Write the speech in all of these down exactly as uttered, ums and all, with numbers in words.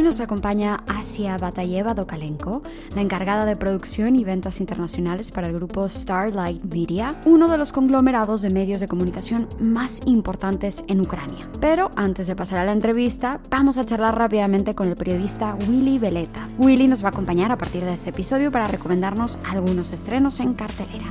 nos acompaña Asia Batayeva-Dokalenko, la encargada de producción y ventas internacionales para el grupo Starlight Media, uno de los conglomerados de medios de comunicación más importantes en Ucrania. Pero antes de pasar a la entrevista, vamos a charlar rápidamente con el periodista Willy Veleta. Willy nos va a acompañar a partir de este episodio para recomendarnos algunos estrenos en cartelera.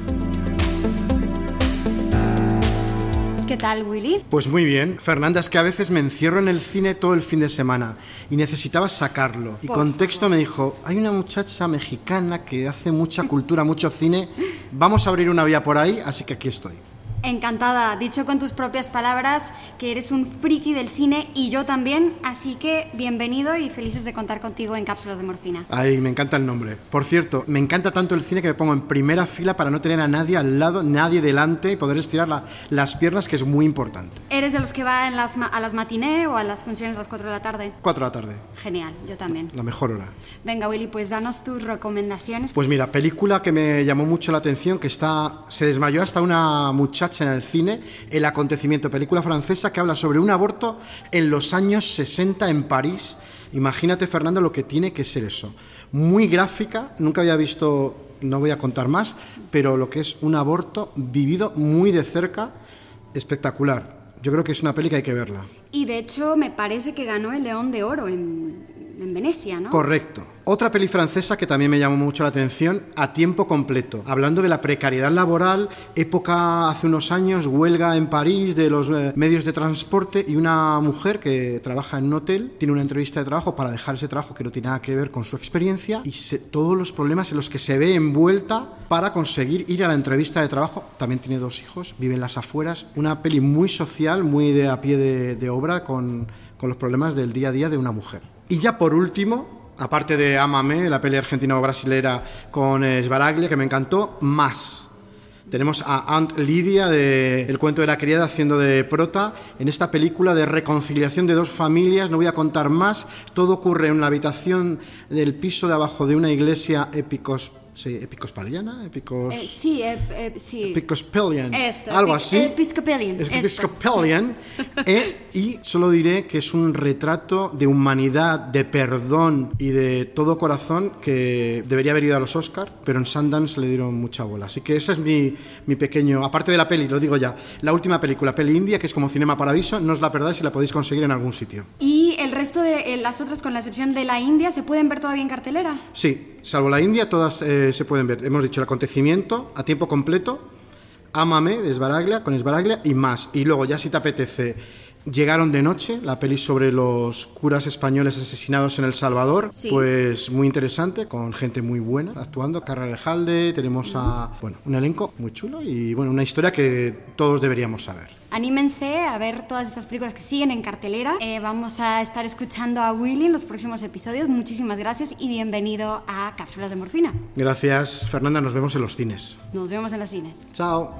¿Qué tal, Willy? Pues muy bien. Fernanda, es que a veces me encierro en el cine todo el fin de semana y necesitaba sacarlo. Y Contexto me dijo, hay una muchacha mexicana que hace mucha cultura, mucho cine, vamos a abrir una vía por ahí, así que aquí estoy. Encantada, dicho con tus propias palabras que eres un friki del cine y yo también, así que bienvenido y felices de contar contigo en Cápsulas de Morfina. Ay, me encanta el nombre. Por cierto, me encanta tanto el cine que me pongo en primera fila para no tener a nadie al lado, nadie delante y poder estirar la, las piernas, que es muy importante. ¿Eres de los que va en las, a las matiné o a las funciones a las cuatro de la tarde? cuatro de la tarde. Genial, yo también. La mejor hora. Venga, Willy, pues danos tus recomendaciones. Pues mira, película que me llamó mucho la atención, que está, se desmayó hasta una muchacha en el cine, El acontecimiento, película francesa que habla sobre un aborto en los años sesenta en París. Imagínate, Fernando, lo que tiene que ser eso. Muy gráfica, nunca había visto, no voy a contar más, pero lo que es un aborto vivido muy de cerca, espectacular. Yo creo que es una peli que hay que verla. Y de hecho me parece que ganó el León de Oro en, en Venecia, ¿no? Correcto. Otra peli francesa que también me llamó mucho la atención, A tiempo completo, hablando de la precariedad laboral, época hace unos años, huelga en París de los eh, medios de transporte, y una mujer que trabaja en un hotel, tiene una entrevista de trabajo para dejar ese trabajo que no tiene nada que ver con su experiencia y se, todos los problemas en los que se ve envuelta para conseguir ir a la entrevista de trabajo. También tiene dos hijos, vive en las afueras, una peli muy social, muy de a pie de, de obra con, con los problemas del día a día de una mujer. Y ya por último, aparte de Ámame, la peli argentino-brasilera con Sbaraglia, que me encantó, Más. Tenemos a Aunt Lidia de El cuento de la criada haciendo de prota en esta película de reconciliación de dos familias. No voy a contar más, todo ocurre en una habitación del piso de abajo de una iglesia épicos. Sí, episcopaliana, epicos... Eh, sí, eh, eh, sí. Episcopalian, Esto, algo epi- así. Episcopalian. Episcopalian. eh, y solo diré que es un retrato de humanidad, de perdón y de todo corazón que debería haber ido a los Oscar, pero en Sundance le dieron mucha bola. Así que ese es mi, mi pequeño... Aparte de la peli, lo digo ya, la última película, peli india, que es como Cinema Paradiso, no os la perdáis si la podéis conseguir en algún sitio. ¿Y el resto de eh, las otras, con la excepción de la India, se pueden ver todavía en cartelera? Sí. Salvo la India, todas eh, se pueden ver. Hemos dicho El acontecimiento, A tiempo completo, Ámame, de Sbaraglia, con Sbaraglia, y Más. Y luego, ya si te apetece, Llegaron de noche, la peli sobre los curas españoles asesinados en El Salvador. Sí. Pues muy interesante, con gente muy buena actuando. Carra Rejalde, tenemos a, bueno, un elenco muy chulo y bueno, una historia que todos deberíamos saber. Anímense a ver todas estas películas que siguen en cartelera. Eh, vamos a estar escuchando a Willy en los próximos episodios. Muchísimas gracias y bienvenido a Cápsulas de Morfina. Gracias, Fernanda. Nos vemos en los cines. Nos vemos en los cines. Chao.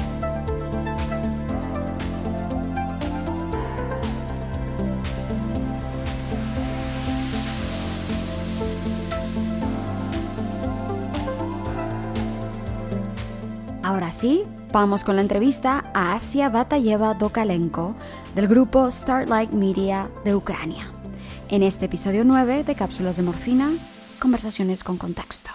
Ahora sí, vamos con la entrevista a Asia Batayeva-Dokalenko del grupo Starlight Media de Ucrania. En este episodio nueve de Cápsulas de Morfina, conversaciones con contexto.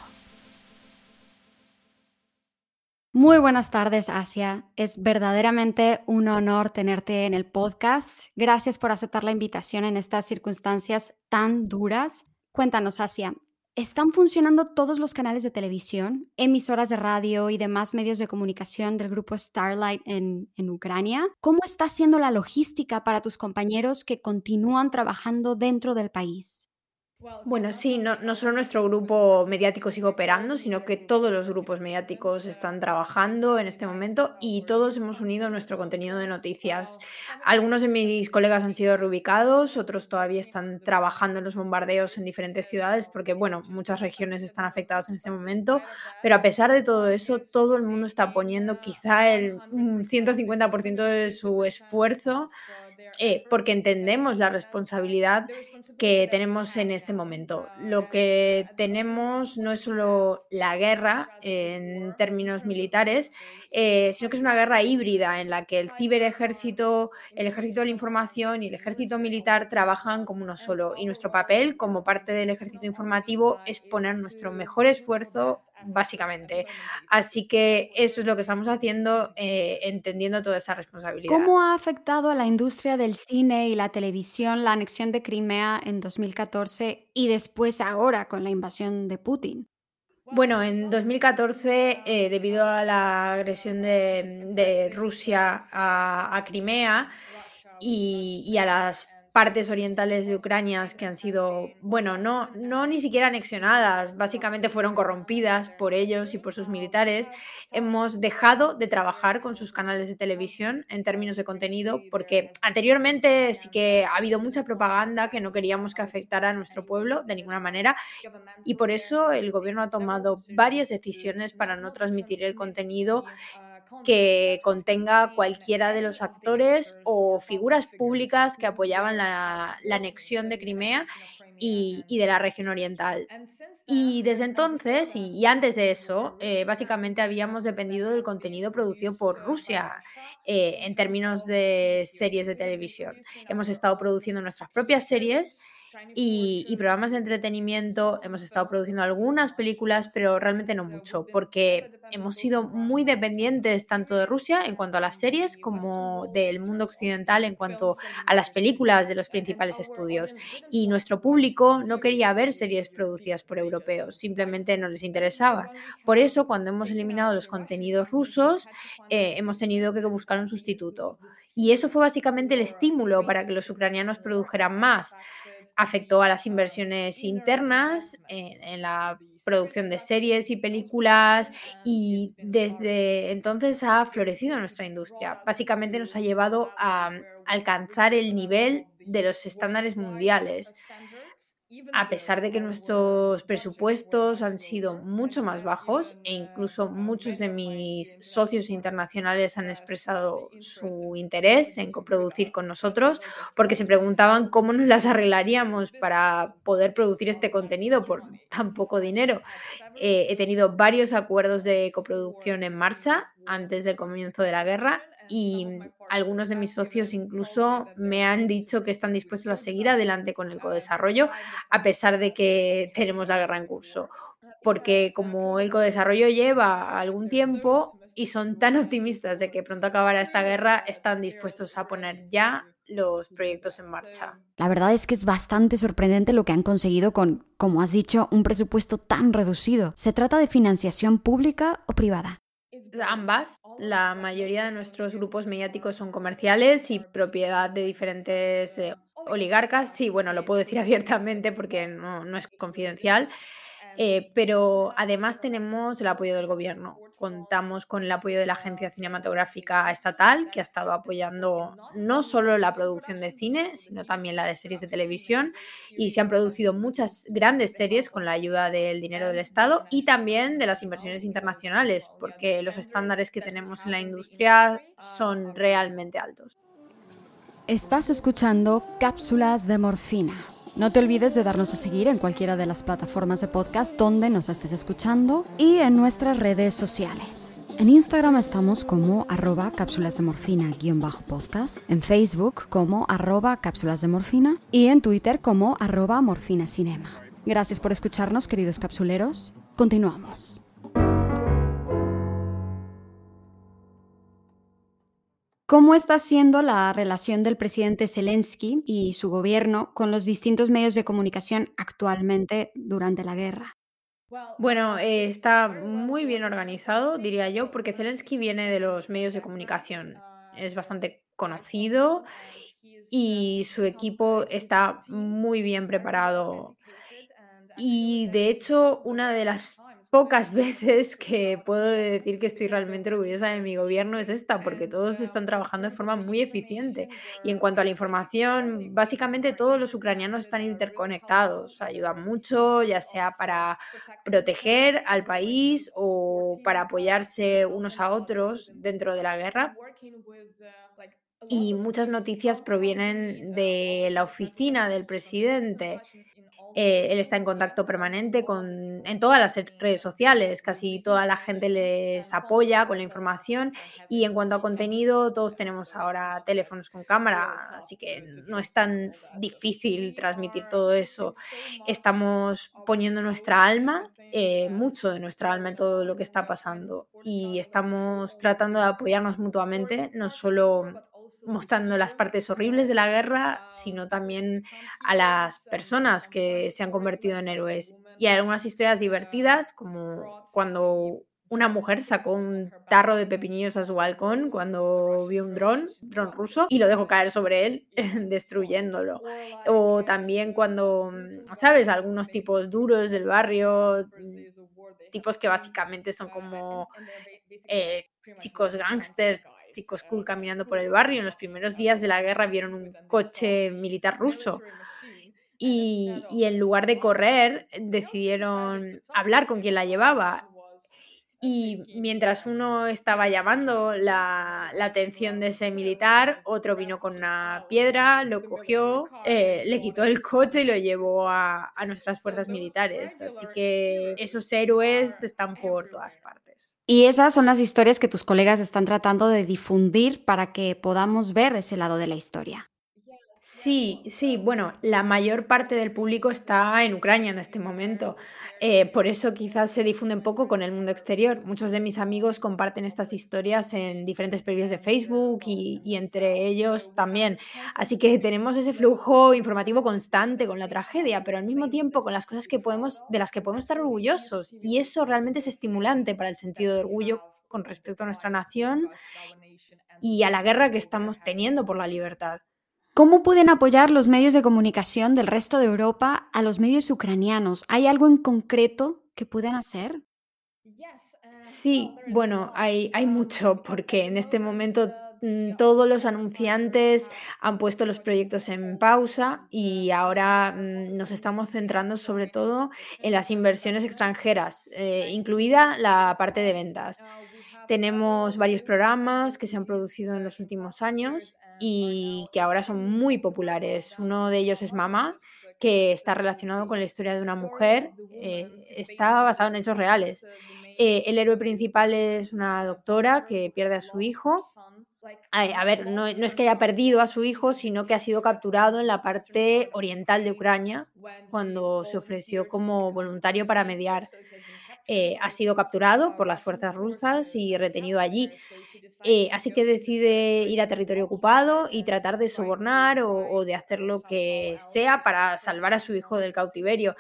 Muy buenas tardes, Asia. Es verdaderamente un honor tenerte en el podcast. Gracias por aceptar la invitación en estas circunstancias tan duras. Cuéntanos, Asia. ¿Están funcionando todos los canales de televisión, emisoras de radio y demás medios de comunicación del grupo Starlight en, en Ucrania? ¿Cómo está siendo la logística para tus compañeros que continúan trabajando dentro del país? Bueno, sí, no, no solo nuestro grupo mediático sigue operando, sino que todos los grupos mediáticos están trabajando en este momento y todos hemos unido nuestro contenido de noticias. Algunos de mis colegas han sido reubicados, otros todavía están trabajando en los bombardeos en diferentes ciudades porque, bueno, muchas regiones están afectadas en este momento, pero a pesar de todo eso, todo el mundo está poniendo quizá el ciento cincuenta por ciento de su esfuerzo eh, porque entendemos la responsabilidad que tenemos en este momento. Lo que tenemos no es solo la guerra en términos militares, eh, sino que es una guerra híbrida en la que el ciberejército, el ejército de la información y el ejército militar trabajan como uno solo. Y nuestro papel como parte del ejército informativo es poner nuestro mejor esfuerzo, básicamente. Así que eso es lo que estamos haciendo, eh, entendiendo toda esa responsabilidad. ¿Cómo ha afectado a la industria del cine y la televisión la anexión de Crimea en dos mil catorce y después ahora con la invasión de Putin? Bueno, en dos mil catorce, eh, debido a la agresión de, de Rusia a, a Crimea y, y a las partes orientales de Ucrania que han sido, bueno, no, no ni siquiera anexionadas, básicamente fueron corrompidas por ellos y por sus militares, hemos dejado de trabajar con sus canales de televisión en términos de contenido, porque anteriormente sí que ha habido mucha propaganda que no queríamos que afectara a nuestro pueblo de ninguna manera y por eso el gobierno ha tomado varias decisiones para no transmitir el contenido que contenga cualquiera de los actores o figuras públicas que apoyaban la, la anexión de Crimea y, y de la región oriental. Y desde entonces, y, y antes de eso, eh, básicamente habíamos dependido del contenido producido por Rusia eh, en términos de series de televisión. Hemos estado produciendo nuestras propias series y, y programas de entretenimiento, hemos estado produciendo algunas películas, pero realmente no mucho, porque hemos sido muy dependientes tanto de Rusia en cuanto a las series como del mundo occidental en cuanto a las películas de los principales estudios. Y nuestro público no quería ver series producidas por europeos, simplemente no les interesaban. Por eso, cuando hemos eliminado los contenidos rusos, eh, hemos tenido que buscar un sustituto. Y eso fue básicamente el estímulo para que los ucranianos produjeran más. Afectó a las inversiones internas en, en la producción de series y películas y desde entonces ha florecido nuestra industria. Básicamente nos ha llevado a alcanzar el nivel de los estándares mundiales. A pesar de que nuestros presupuestos han sido mucho más bajos e incluso muchos de mis socios internacionales han expresado su interés en coproducir con nosotros porque se preguntaban cómo nos las arreglaríamos para poder producir este contenido por tan poco dinero. Eh, he tenido varios acuerdos de coproducción en marcha antes del comienzo de la guerra y mm, algunos de mis socios incluso me han dicho que están dispuestos a seguir adelante con el codesarrollo a pesar de que tenemos la guerra en curso. Porque como el codesarrollo lleva algún tiempo y son tan optimistas de que pronto acabará esta guerra, están dispuestos a poner ya los proyectos en marcha. La verdad es que es bastante sorprendente lo que han conseguido con, como has dicho, un presupuesto tan reducido. ¿Se trata de financiación pública o privada? Ambas. La mayoría de nuestros grupos mediáticos son comerciales y propiedad de diferentes eh, oligarcas. Sí, bueno, lo puedo decir abiertamente porque no, no es confidencial. Eh, pero además tenemos el apoyo del gobierno. Contamos con el apoyo de la Agencia Cinematográfica Estatal, que ha estado apoyando no solo la producción de cine, sino también la de series de televisión. Y se han producido muchas grandes series con la ayuda del dinero del Estado y también de las inversiones internacionales, porque los estándares que tenemos en la industria son realmente altos. Estás escuchando Cápsulas de Morfina. No te olvides de darnos a seguir en cualquiera de las plataformas de podcast donde nos estés escuchando y en nuestras redes sociales. En Instagram estamos como arroba cápsulas de morfina guión bajo podcast, en Facebook como arroba cápsulas de morfina y en Twitter como arroba morfina cinema. Gracias por escucharnos, queridos capsuleros. Continuamos. ¿Cómo está siendo la relación del presidente Zelensky y su gobierno con los distintos medios de comunicación actualmente durante la guerra? Bueno, eh, está muy bien organizado, diría yo, porque Zelensky viene de los medios de comunicación. Es bastante conocido y su equipo está muy bien preparado. Y de hecho, una de las pocas veces que puedo decir que estoy realmente orgullosa de mi gobierno es esta, porque todos están trabajando de forma muy eficiente. Y en cuanto a la información, básicamente todos los ucranianos están interconectados, ayudan mucho, ya sea para proteger al país o para apoyarse unos a otros dentro de la guerra. y muchas noticias provienen de la oficina del presidente. Eh, él está en contacto permanente con en todas las e redes sociales, casi toda la gente les apoya con la información y en cuanto a contenido, todos tenemos ahora teléfonos con cámara, así que no es tan difícil transmitir todo eso. Estamos poniendo nuestra alma, eh, mucho de nuestra alma en todo lo que está pasando y estamos tratando de apoyarnos mutuamente, no solo mostrando las partes horribles de la guerra, sino también a las personas que se han convertido en héroes. Y hay algunas historias divertidas, como cuando una mujer sacó un tarro de pepinillos a su balcón cuando vio un dron, dron ruso, y lo dejó caer sobre él, destruyéndolo. O también cuando, mm, ¿sabes? Algunos tipos duros del barrio, mm, tipos que básicamente son como eh, chicos gángsters, chicos cool caminando por el barrio. En los primeros días de la guerra vieron un coche militar ruso y, y en lugar de correr, decidieron hablar con quien la llevaba. Y mientras uno estaba llamando la, la atención de ese militar, otro vino con una piedra, lo cogió, eh, le quitó el coche y lo llevó a, a nuestras fuerzas militares. Así que esos héroes están por todas partes. Y esas son las historias que tus colegas están tratando de difundir para que podamos ver ese lado de la historia. Sí, sí, bueno, la mayor parte del público está en Ucrania en este momento. Eh, por eso quizás se difunden poco con el mundo exterior. Muchos de mis amigos comparten estas historias en diferentes perfiles de Facebook y, y entre ellos también. Así que tenemos ese flujo informativo constante con la tragedia, pero al mismo tiempo con las cosas que podemos, de las que podemos estar orgullosos. Y eso realmente es estimulante para el sentido de orgullo con respecto a nuestra nación y a la guerra que estamos teniendo por la libertad. ¿Cómo pueden apoyar los medios de comunicación del resto de Europa a los medios ucranianos? ¿Hay algo en concreto que puedan hacer? Sí, bueno, hay, hay mucho, porque en este momento mm, todos los anunciantes han puesto los proyectos en pausa y ahora mm, nos estamos centrando sobre todo en las inversiones extranjeras, eh, incluida la parte de ventas. Tenemos varios programas que se han producido en los últimos años y que ahora son muy populares. Uno de ellos es Mama, que está relacionado con la historia de una mujer, eh, está basado en hechos reales. Eh, el héroe principal es una doctora que pierde a su hijo. Ay, a ver, no, no es que haya perdido a su hijo, sino que ha sido capturado en la parte oriental de Ucrania cuando se ofreció como voluntario para mediar. Eh, ha sido capturado por las fuerzas rusas y retenido allí. Eh, así que decide ir a territorio ocupado y tratar de sobornar o, o de hacer lo que sea para salvar a su hijo del cautiverio.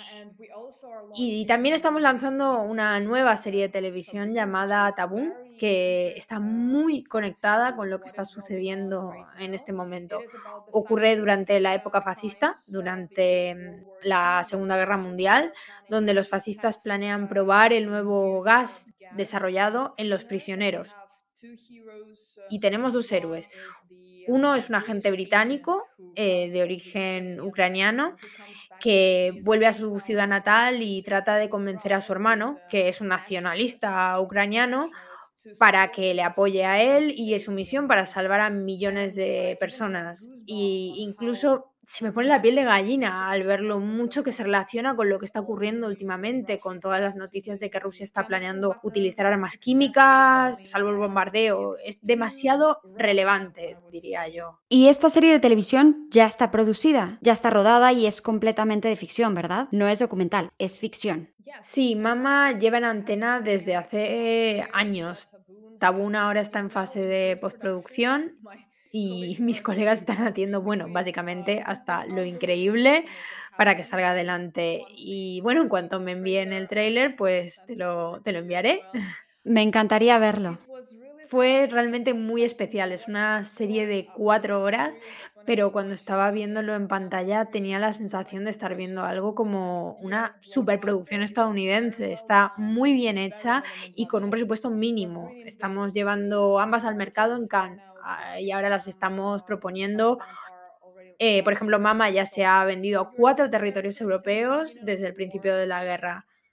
Y también estamos lanzando una nueva serie de televisión llamada Tabú, que está muy conectada con lo que está sucediendo en este momento. Ocurre durante la época fascista, durante mm, la Segunda Guerra Mundial, donde los fascistas planean probar el nuevo gas desarrollado en los prisioneros. Y tenemos dos héroes. Uno es un agente británico eh, de origen ucraniano que vuelve a su ciudad natal y trata de convencer a su hermano, que es un nacionalista ucraniano, para que le apoye a él y es su misión para salvar a millones de personas. Y incluso se me pone la piel de gallina al ver lo mucho que se relaciona con lo que está ocurriendo últimamente, con todas las noticias de que Rusia está planeando utilizar armas químicas, salvo el bombardeo. Es demasiado relevante, diría yo. Y esta serie de televisión ya está producida, ya está rodada y es completamente de ficción, ¿verdad? No es documental, es ficción. Sí, Mama lleva en antena desde hace años. Tabún ahora está en fase de postproducción y mis colegas están haciendo, bueno, básicamente hasta lo increíble para que salga adelante. Y bueno, en cuanto me envíen el tráiler, pues te lo, te lo enviaré. Me encantaría verlo. Fue realmente muy especial, es una serie de cuatro horas, pero cuando estaba viéndolo en pantalla tenía la sensación de estar viendo algo como una superproducción estadounidense. Está muy bien hecha y con un presupuesto mínimo. Estamos llevando ambas al mercado en Cannes, ah, y ahora las estamos proponiendo. Eh, por ejemplo, Mama ya se ha vendido a cuatro territorios europeos desde el principio de la guerra.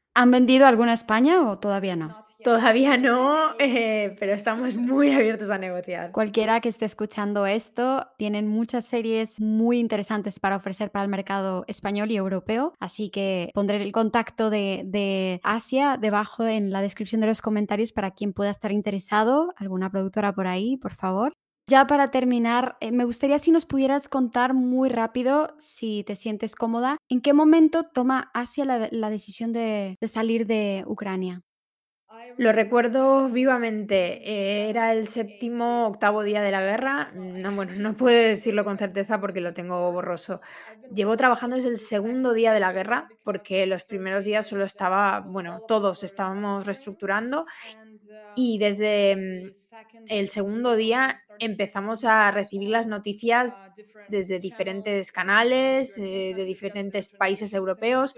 ¿Han vendido alguna a España o todavía no? Todavía no, eh, pero estamos muy abiertos a negociar. Cualquiera que esté escuchando esto, tienen muchas series muy interesantes para ofrecer para el mercado español y europeo, así que pondré el contacto de, de Asia debajo en la descripción de los comentarios para quien pueda estar interesado, alguna productora por ahí, por favor. Ya para terminar, eh, me gustaría si nos pudieras contar muy rápido, si te sientes cómoda, ¿en qué momento toma Asia la, la decisión de, de salir de Ucrania? Lo recuerdo vivamente. eh, Era el séptimo, octavo día de la guerra. No, bueno, no puedo decirlo con certeza porque lo tengo borroso. Llevo trabajando desde el segundo día de la guerra, porque los primeros días solo estaba, bueno, todos estábamos reestructurando y desde mm, el segundo día empezamos a recibir las noticias desde diferentes canales, eh, de diferentes países europeos.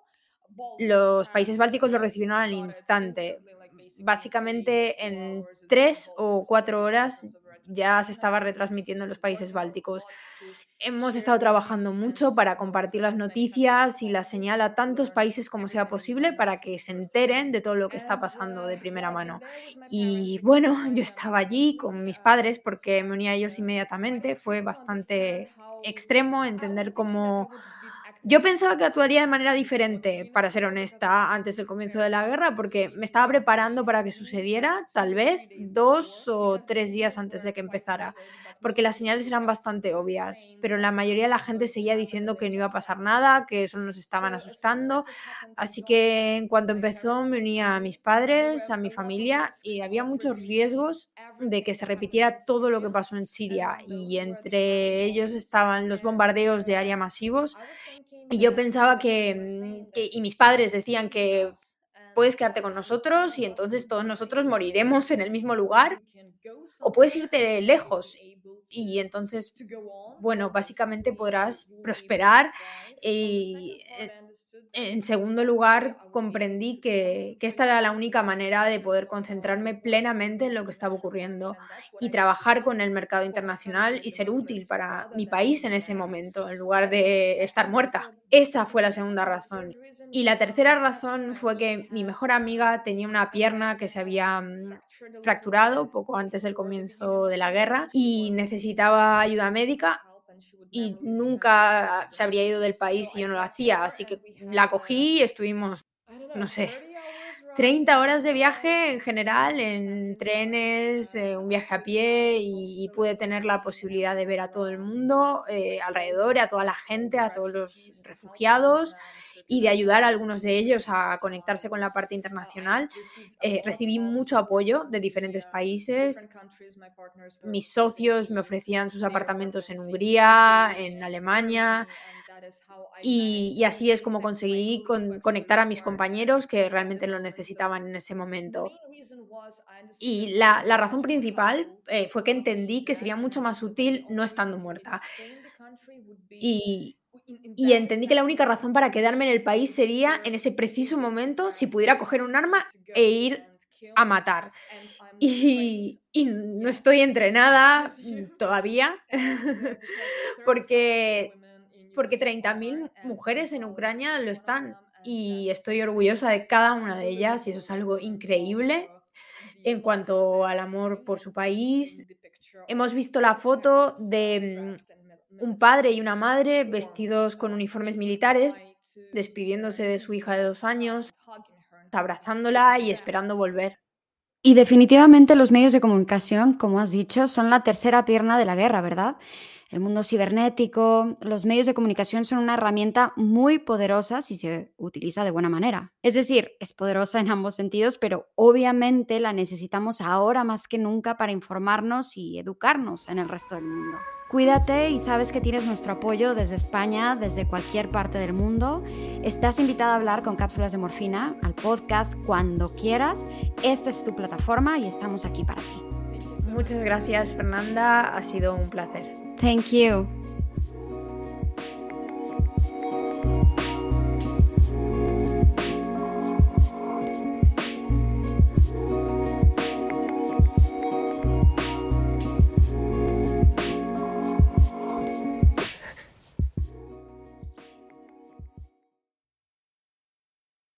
Los países bálticos lo recibieron al instante. Básicamente, en tres o cuatro horas ya se estaba retransmitiendo en los países bálticos. Hemos estado trabajando mucho para compartir las noticias y la señal a tantos países como sea posible para que se enteren de todo lo que está pasando de primera mano. Y bueno, yo estaba allí con mis padres porque me uní a ellos inmediatamente. Fue bastante extremo entender cómo yo pensaba que actuaría de manera diferente, para ser honesta, antes del comienzo de la guerra, porque me estaba preparando para que sucediera, tal vez dos o tres días antes de que empezara, porque las señales eran bastante obvias, pero la mayoría de la gente seguía diciendo que no iba a pasar nada, que solo nos estaban asustando. Así que en cuanto empezó me uní a mis padres, a mi familia, y había muchos riesgos de que se repitiera todo lo que pasó en Siria, y entre ellos estaban los bombardeos de área masivos. Y yo pensaba que, mm, que y mis padres decían que puedes quedarte con nosotros y entonces todos nosotros moriremos en el mismo lugar o puedes irte lejos y entonces, bueno, básicamente podrás prosperar. Y eh, en segundo lugar, comprendí que, que esta era la única manera de poder concentrarme plenamente en lo que estaba ocurriendo y trabajar con el mercado internacional y ser útil para mi país en ese momento, en lugar de estar muerta. Esa fue la segunda razón. Y la tercera razón fue que mi mejor amiga tenía una pierna que se había mm, fracturado poco antes del comienzo de la guerra y necesitaba ayuda médica y nunca se habría ido del país si yo no lo hacía. Así que la cogí y estuvimos, no sé, treinta horas de viaje en general, en trenes, eh, un viaje a pie y, y pude tener la posibilidad de ver a todo el mundo eh, alrededor, a toda la gente, a todos los refugiados y de ayudar a algunos de ellos a conectarse con la parte internacional. Eh, recibí mucho apoyo de diferentes países. Mis socios me ofrecían sus apartamentos en Hungría, en Alemania, y, y así es como conseguí con- conectar a mis compañeros que realmente lo necesitaban en ese momento. Y la, la razón principal eh, fue que entendí que sería mucho más útil no estando muerta. Y, y entendí que la única razón para quedarme en el país sería en ese preciso momento si pudiera coger un arma e ir a matar. Y, y no estoy entrenada mm, todavía porque, porque treinta mil mujeres en Ucrania lo están y estoy orgullosa de cada una de ellas y eso es algo increíble en cuanto al amor por su país. Hemos visto la foto de mm, un padre y una madre vestidos con uniformes militares, despidiéndose de su hija de dos años, abrazándola y esperando volver. Y definitivamente los medios de comunicación, como has dicho, son la tercera pierna de la guerra, ¿verdad? El mundo cibernético, los medios de comunicación son una herramienta muy poderosa si se utiliza de buena manera. Es decir, es poderosa en ambos sentidos, pero obviamente la necesitamos ahora más que nunca para informarnos y educarnos en el resto del mundo. Cuídate y sabes que tienes nuestro apoyo desde España, desde cualquier parte del mundo. Estás invitada a hablar con Cápsulas de Morfina, al podcast, cuando quieras. Esta es tu plataforma y estamos aquí para ti. Muchas gracias, Fernanda. Ha sido un placer. Thank you.